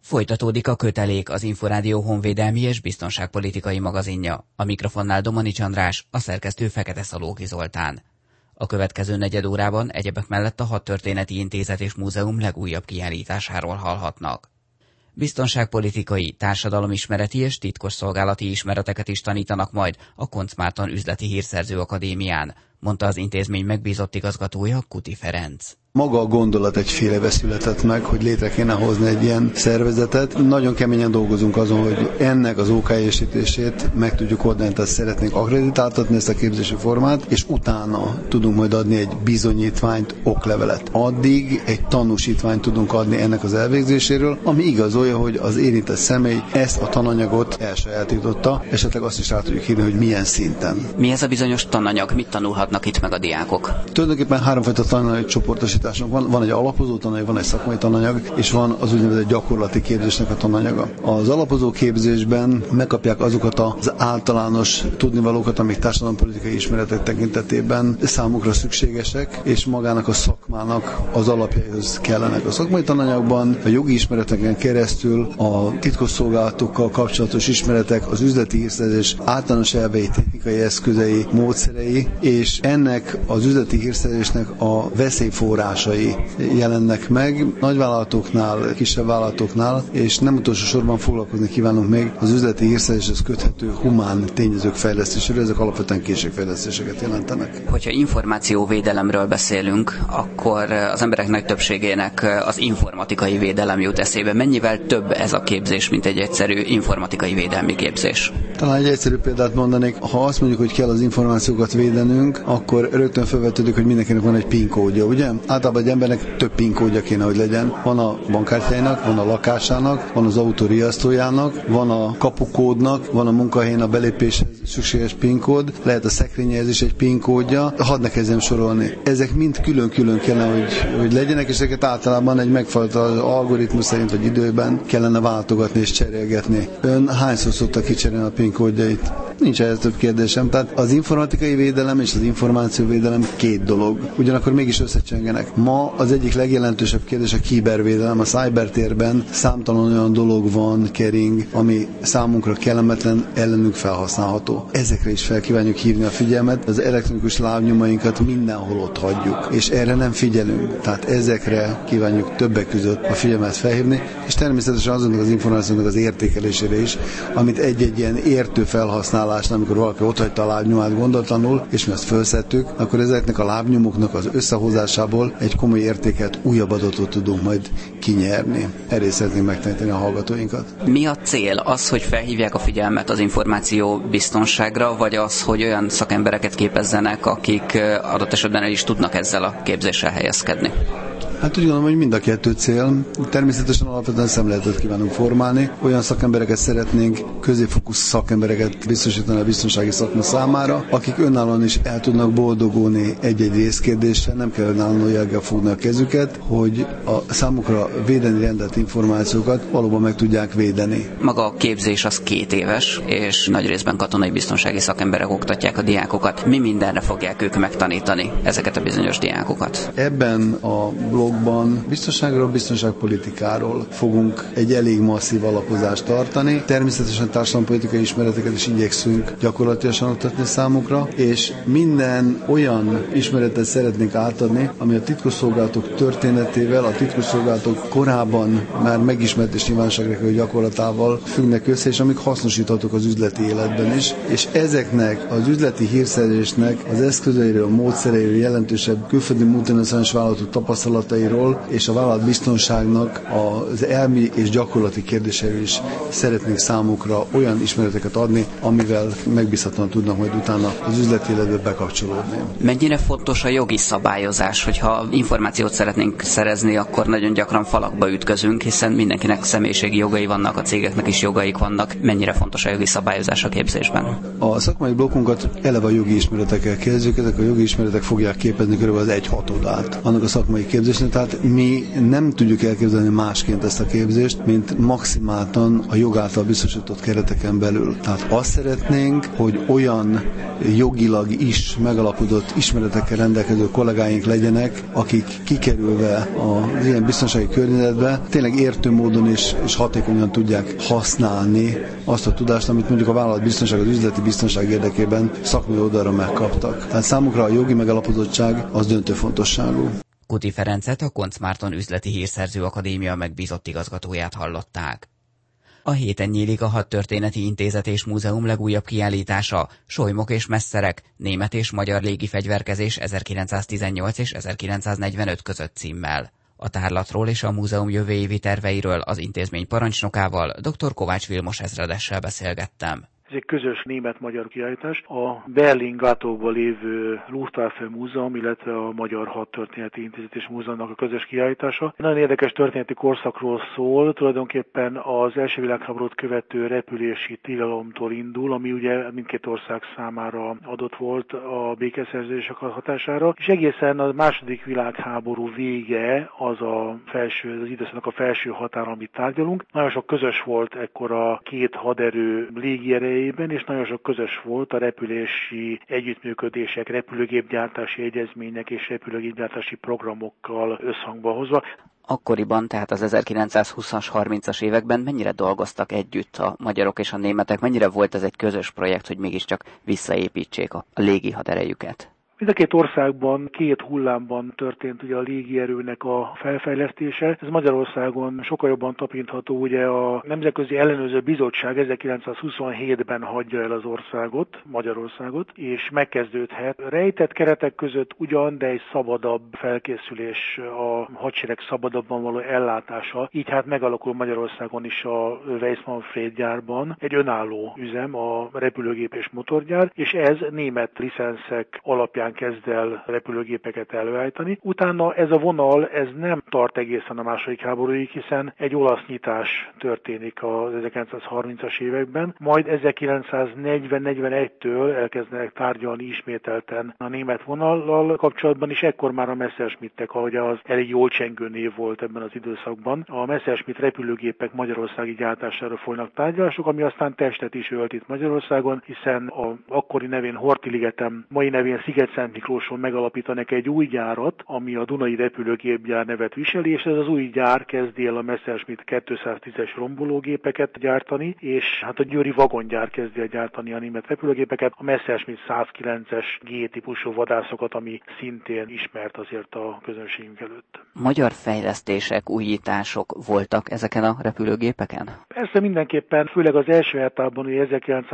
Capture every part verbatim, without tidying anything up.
Folytatódik a Kötelék, az Inforádió honvédelmi és biztonságpolitikai magazinja. A mikrofonnál Domanics András, a szerkesztő Fekete Szalóki Zoltán. A következő negyed órában egyebek mellett a Hadtörténeti Intézet és Múzeum legújabb kiállításáról hallhatnak. Biztonságpolitikai, társadalomismereti és titkosszolgálati ismereteket is tanítanak majd a Koncz Márton Üzleti Hírszerző Akadémián, mondta az intézmény megbízott igazgatója, Kuti Ferenc. Maga a gondolat egyféle született meg, hogy létre kéne hozni egy ilyen szervezetet. Nagyon keményen dolgozunk azon, hogy ennek az ó ká é-esítését meg tudjuk oldani, tehát szeretnénk akkreditáltatni ezt a képzési formát, és utána tudunk majd adni egy bizonyítványt, oklevelet. Addig egy tanúsítványt tudunk adni ennek az elvégzéséről, ami igazolja, hogy az érintett személy ezt a tananyagot elsajátította, esetleg azt is rá tudjuk írni, hogy milyen szinten. Mi ez a bizonyos tananyag? Mit tanulhatnak itt meg a diákok? Tulajdonképpen háromfajta tananyag csoportosítás van. Van egy alapozó tananyag, van egy szakmai tananyag, és van az úgynevezett gyakorlati képzésnek a tananyaga. Az alapozó képzésben megkapják azokat az általános tudnivalókat, amik társadalompolitikai ismeretek tekintetében számukra szükségesek, és magának a szakmának az alapjaihoz kellenek. A szakmai tananyagban a jogi ismereteken keresztül a titkosszolgálatokkal kapcsolatos ismeretek, az üzleti hírszerzés általános elvei, technikai eszközei, módszerei, és ennek az üzleti hírszerzésnek a veszélyforrásai jelennek meg nagyvállalatoknál, kisebb vállalatoknál, és nem utolsó sorban foglalkozni kívánunk még az üzleti hírszerzéshez köthető humán tényezők fejlesztéséről, ezek alapvetően készségfejlesztéseket jelentenek. Hogyha információvédelemről beszélünk, akkor az emberek nagy többségének az informatikai védelem jut eszébe. Mennyivel több ez a képzés, mint egy egyszerű informatikai védelmi képzés? Talán egy egyszerű példát mondanék, ha azt mondjuk, hogy kell az információkat védenünk, akkor rögtön felvetődik, hogy mindenkinek van egy PIN kódja, ugye? Általában egy embernek több PIN kódja kéne, hogy legyen. Van a bankkártyájának, van a lakásának, van az autó riasztójának, van a kapukódnak, van a munkahelyén a belépéshez szükséges PIN kód, lehet a szekrényhez is egy PIN kódja. Hadd ne kezdjem sorolni. Ezek mind külön-külön kellene, hogy, hogy legyenek, és ezeket általában egy megfelelő algoritmus szerint, vagy időben kellene váltogatni és cserélgetni. Ön hányszor szokta kicserélni a PIN kódjait? Nincs ehhez több kérdésem. Tehát az informatikai védelem és az információvédelem két dolog. Ugyanakkor mégis összecsengenek. Ma az egyik legjelentősebb kérdés a kibervédelem. A cybertérben számtalan olyan dolog van, kering, ami számunkra kellemetlen, ellenünk felhasználható. Ezekre is fel kívánjuk hívni a figyelmet. Az elektronikus lábnyomainkat mindenhol ott hagyjuk, és erre nem figyelünk. Tehát ezekre kívánjuk többek között a figyelmet felhívni, és természetesen azoknak az információknak az értékelésére is, amit egy-egy ilyen értő felhasználásnál, amikor valaki ott hagyta a lábnyomát gondatlanul, és mi azt felszettük, akkor ezeknek a lábnyomoknak az összehozásából egy komoly értéket, újabb adatot tudunk majd kinyerni. Erre szeretnénk megtanítani a hallgatóinkat. Mi a cél? Az, hogy felhívják a figyelmet az információ biztonságra, vagy az, hogy olyan szakembereket képezzenek, akik adott esetben el is tudnak ezzel a képzéssel helyezkedni? Hát úgy gondolom, hogy mind a kettő cél. Természetesen alapvetően szemléletet kívánunk formálni. Olyan szakembereket szeretnénk, középfokú szakembereket biztosítani a biztonsági szakma számára, akik önállóan is el tudnak boldogulni egy-egy részkérdéssel, nem kell önálló jelleggel fogni a kezüket, hogy a számukra védeni rendelt információkat valóban meg tudják védeni. Maga a képzés az két éves, és nagy részben katonai biztonsági szakemberek oktatják a diákokat. Mi mindenre fogják ők megtanítani ezeket a bizonyos diákokat? Ebben a blogban biztonságról, biztonságpolitikáról fogunk egy elég masszív alapozást tartani. Természetesen társadalompolitikai ismereteket is igyekszünk gyakorlatilag oktatni számukra, és minden olyan ismeretet szeretnénk átadni, ami a titkosszolgálatok történetével, a titkosszolgálatok korábban már megismert és nyilvánosságra került gyakorlatával függnek össze, és amik hasznosíthatók az üzleti életben is. És ezeknek az üzleti hírszerzésnek az eszközeiről, módszereiről, jelentősebb külföldi multinacionális vállalatok tapasztalatairól és a vállalat biztonságnak az elmi és gyakorlati kérdéseiről is szeretnénk számukra olyan ismereteket adni, amivel megbízhatóan tudnak majd utána az üzleti életbe bekapcsolódni. Mennyire fontos a jogi szabályozás, hogyha információt szeretnénk szerezni, akkor nagyon gyakran falakba ütközünk, hiszen mindenkinek személyiségi jogai vannak, a cégeknek is jogaik vannak. Mennyire fontos a jogi szabályozás a képzésben? A szakmai blokkunkat eleve a jogi ismeretekkel kezdjük, ezek a jogi ismeretek fogják képezni körülbelül az egy hatodát annak a szakmai képzésnek, kérdésre, tehát mi nem tudjuk elképzelni másként ezt a képzést, mint maximáltan a jog által biztosított kereteken belül. Tehát azt szeretnénk, hogy olyan jogilag is megalapodott ismeretekkel rendelkező kollégáink legyenek, akik kikerülve az ilyen biztonsági környezetbe tényleg értő módon és, és hatékonyan tudják használni azt a tudást, amit mondjuk a vállalatbiztonság, az üzleti biztonság érdekében szakmai oldalra megkaptak. Tehát számukra a jogi megalapozottság az döntő fontosságú. Kuti Ferencet, a Koncz Márton Üzleti Hírszerző Akadémia megbízott igazgatóját hallották. A héten nyílik a Hadtörténeti Intézet és Múzeum legújabb kiállítása, Solymok és Messzerek, német és magyar légifegyverkezés ezerkilencszáztizennyolc és ezerkilencszáznegyvenöt között címmel. A tárlatról és a múzeum jövő évi terveiről az intézmény parancsnokával, dr. Kovács Vilmos ezredessel beszélgettem. Ez egy közös német-magyar kiállítás. A Berlin-Gatóban lévő Luftwaffe Múzeum, illetve a Magyar Hadtörténeti Intézet és Múzeumnak a közös kiállítása. Nagyon érdekes történeti korszakról szól, tulajdonképpen az első világháborút követő repülési tilalomtól indul, ami ugye mindkét ország számára adott volt a békeszerződések hatására, és egészen a második világháború vége az a felső, az időszaknak a felső határa, amit tárgyalunk. Nagyon sok közös volt ekkor a két haderő légierejében, és nagyon sok közös volt a repülési együttműködések, repülőgépgyártási egyezmények és repülőgépgyártási programokkal összhangba hozva. Akkoriban, tehát az ezerkilencszázhúszas, harmincas években mennyire dolgoztak együtt a magyarok és a németek, mennyire volt ez egy közös projekt, hogy mégiscsak visszaépítsék a légihaderejüket? Mind a két országban két hullámban történt ugye a légierőnek a felfejlesztése. Ez Magyarországon sokkal jobban tapintható, ugye a Nemzetközi Ellenőrző Bizottság ezerkilencszázhuszonhétben hagyja el az országot, Magyarországot, és megkezdődhet. Rejtett keretek között ugyan, de egy szabadabb felkészülés, a hadsereg szabadabban való ellátása. Így hát megalakul Magyarországon is a Weiss-Manfred gyárban egy önálló üzem, a repülőgép és motorgyár, és ez német licenszek alapján kezd el repülőgépeket előállítani. Utána ez a vonal ez nem tart egészen a második háborúig, hiszen egy olasz nyitás történik az ezerkilencszázharmincas években, majd ezerkilencszáznegyven-negyvenegytől elkezdenek tárgyalni ismételten a német vonallal kapcsolatban, és ekkor már a Messerschmittek, ahogy az elég jól csengő név volt ebben az időszakban. A Messerschmitt repülőgépek magyarországi gyártására folynak tárgyalások, ami aztán testet is ölt itt Magyarországon, hiszen a akkori nevén Horthy-ligetem, mai nevén Sziget Szent Miklóson megalapítanak egy új gyárat, ami a Dunai repülőgépgyár nevet viseli, és ez az új gyár kezdi el a Messerschmitt kétszáztízes rombológépeket gyártani, és hát a győri vagongyár kezdi el gyártani a német repülőgépeket, a Messerschmitt százkilences G-típusú vadászokat, ami szintén ismert azért a közönségünk előtt. Magyar fejlesztések, újítások voltak ezeken a repülőgépeken? Persze mindenképpen, főleg az első etapban, hogy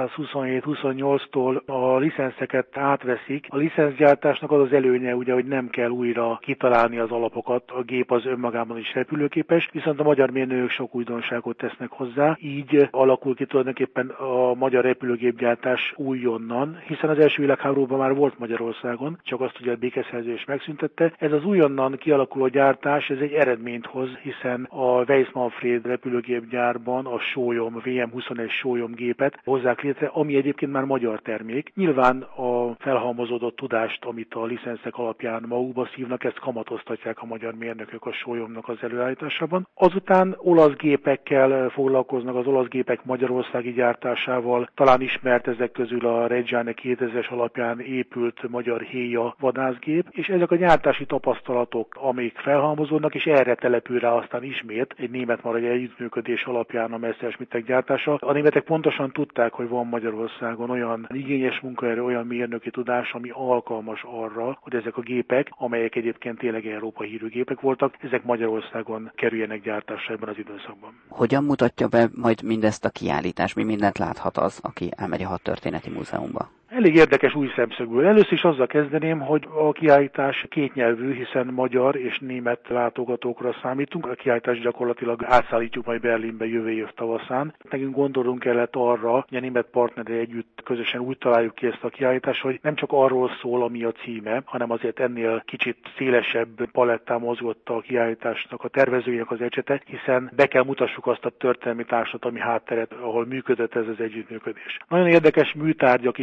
ezerkilencszázhuszonhét-huszonnyolctól a licenszeket átveszik. A licenszgyártásnak az az előnye, ugye, hogy nem kell újra kitalálni az alapokat, a gép az önmagában is repülőképes, viszont a magyar mérnökök sok újdonságot tesznek hozzá, így alakul ki tulajdonképpen a magyar repülőgépgyártás újonnan, hiszen az első világháborúban már volt Magyarországon, csak azt ugye a békeszerződés megszüntette. Ez az újonnan kialakuló gyártás, ez egy eredményt hoz, hiszen a Weiss-Manfred repülőgépgyárban a sólyom, vé em huszonegy sólyom gépet hozzák létre, ami egyébként már magyar termék. Nyilván a felhalmozódott tudást, amit a licenszek alapján magukba szívnak, ezt kamatoztatják a magyar mérnökök a sólyomnak az előállításában. Azután olasz gépekkel foglalkoznak, az olasz gépek magyarországi gyártásával, talán ismert ezek közül a Reggiane kétezres alapján épült magyar héja vadászgép, és ezek a gyártási tapasztalatok, amik felhalmozódnak, és erre települ rá aztán ismét egy német-magyar együttműködés alapján a Messerschmittek gyártása. A németek pontosan tudták, hogy van Magyarországon olyan igényes munkaerő, olyan mérnöki tudás, ami alkalmas arra, hogy ezek a gépek, amelyek egyébként tényleg európai hírű gépek voltak, ezek Magyarországon kerüljenek gyártásra ebben az időszakban. Hogyan mutatja be majd mindezt a kiállítás? Mi mindent láthat az, aki elmegy a Hadtörténeti Múzeumba? Elég érdekes új szemszögből. Először is azzal kezdeném, hogy a kiállítás kétnyelvű, hiszen magyar és német látogatókra számítunk. A kiállítást gyakorlatilag átszállítjuk majd Berlinbe jövő év tavaszán. Nekünk gondolunk kellett arra, hogy a német partnerrel együtt közösen úgy találjuk ki ezt a kiállítást, hogy nem csak arról szól, ami a címe, hanem azért ennél kicsit szélesebb palettán mozgott a kiállításnak a tervezőjének az ecsete, hiszen be kell mutassuk azt a történelmi társadalmi hátteret, ahol működött ez az együttműködés. Nagyon érdekes műtárgyak is lesznek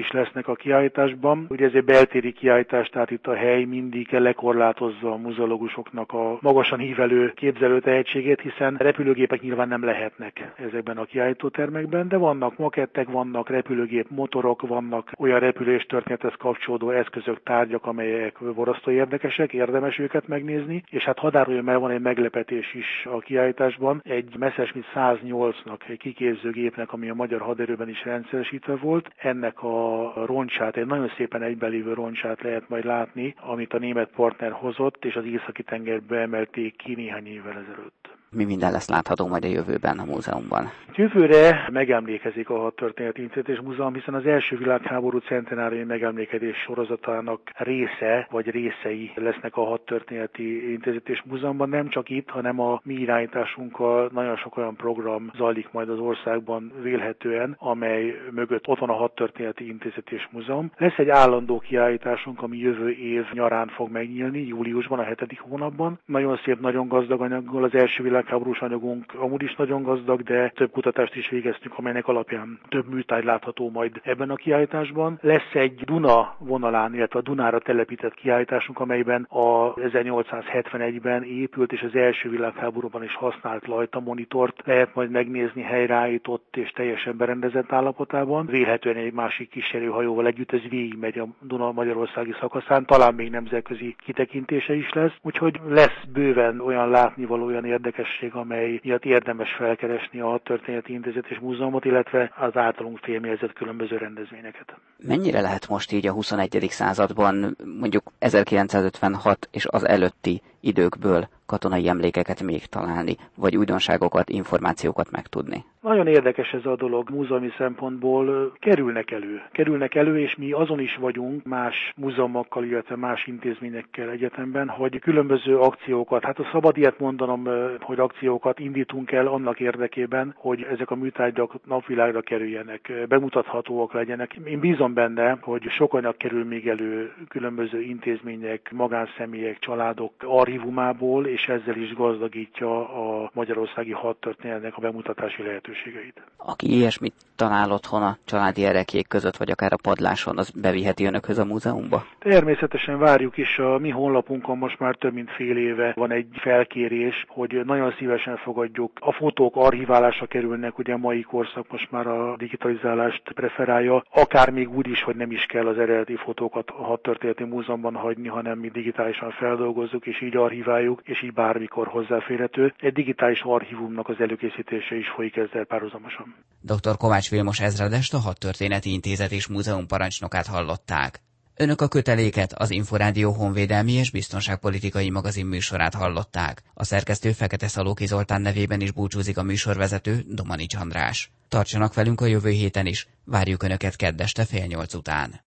a kiállításban. Ugye ez egy beltéri kiállítás, tehát itt a hely mindig lekorlátozza a muzeológusoknak a magasan ívelő képzelő tehetségét, hiszen repülőgépek nyilván nem lehetnek ezekben a kiállítótermekben, de vannak makettek, vannak repülőgép motorok, vannak olyan repüléstörténethez kapcsolódó eszközök, tárgyak, amelyek borzasztó érdekesek, érdemes őket megnézni, és hát hadároljam el, van egy meglepetés is a kiállításban, egy Messerschmitt száznyolcnak, egy kiképzőgépnek, ami a magyar haderőben is rendszeresítve volt, ennek a roncsát, egy nagyon szépen egybelévő roncsát lehet majd látni, amit a német partner hozott, és az északi tengerbe emelték ki néhány évvel ezelőtt. Mi minden lesz látható majd a jövőben a múzeumban? Jövőre megemlékezik a Hadtörténeti Intézetes Múzeum, hiszen az első világháború centenáriumi megemlékezés sorozatának része, vagy részei lesznek a Hadtörténeti Intézetes Múzeumban. Nem csak itt, hanem a mi irányításunkkal nagyon sok olyan program zajlik majd az országban vélhetően, amely mögött ott van a Hadtörténeti Intézetes Múzeum. Lesz egy állandó kiállításunk, ami jövő év nyarán fog megnyílni, júliusban, a hetedik hónapban. Nagyon szép, nagyon gazdag anyaggal, az első világháborús anyagunk amúgy is nagyon gazdag, de több kutatást is végeztünk, amelynek alapján több műtárgy látható majd ebben a kiállításban. Lesz egy Duna vonalán, illetve a Dunára telepített kiállításunk, amelyben a ezernyolcszázhetvenegyben épült és az első világháborúban is használt Lajta monitort lehet majd megnézni helyreállított és teljesen berendezett állapotában. Vélhetően egy másik kísérőhajóval együtt ez végigmegy a Duna magyarországi szakaszán, talán még nemzetközi kitekintése is lesz, úgyhogy lesz bőven olyan látnivaló, olyan érdekesség, amely miatt érdemes felkeresni a Hadtörténeti Intézetes Múzeumot, illetve az általunk fémjelzett különböző rendezvényeket. Mennyire lehet most így a huszonegyedik században mondjuk ezerkilencszázötvenhat és az előtti időkből katonai emlékeket még találni, vagy újdonságokat, információkat megtudni? Nagyon érdekes ez a dolog múzeumi szempontból. Kerülnek elő. Kerülnek elő, és mi azon is vagyunk más múzeumokkal, illetve más intézményekkel egyetemben, hogy különböző akciókat, hát a szabad ilyet mondanom, hogy akciókat indítunk el annak érdekében, hogy ezek a műtárgyak napvilágra kerüljenek, bemutathatóak legyenek. Én bízom benne, hogy sok anyag kerül még elő különböző intézmények, magánszemélyek, családok archívumából, és ezzel is gazdagítja a magyarországi hadtörténetnek a bemutatási lehetőségeit. Aki ilyesmit talál otthon a családi ereklyék között, vagy akár a padláson, az beviheti önökhöz a múzeumba? Természetesen várjuk is, a mi honlapunkon most már több mint fél éve van egy felkérés, hogy nagyon szívesen fogadjuk. A fotók archiválása kerülnek, ugye a mai korszak most már a digitalizálást preferálja, akár még úgy is, hogy nem is kell az eredeti fotókat a Hadtörténeti Múzeumban hagyni, hanem mi digitálisan feldolgozzuk, és így archiváljuk, és így bármikor hozzáférhető. Egy digitális archívumnak az előkészítése is folyik ezzel párhuzamosan. doktor Kovács Vilmos ezredest, a Hadtörténeti Intézet és Múzeum parancsnokát hallották. Önök a köteléket, az Inforádió honvédelmi és biztonságpolitikai magazin műsorát hallották. A szerkesztő Fekete Szalóki Zoltán nevében is búcsúzik a műsorvezető, Domanics András. Tartsanak velünk a jövő héten is, várjuk Önöket kedd este fél nyolc után.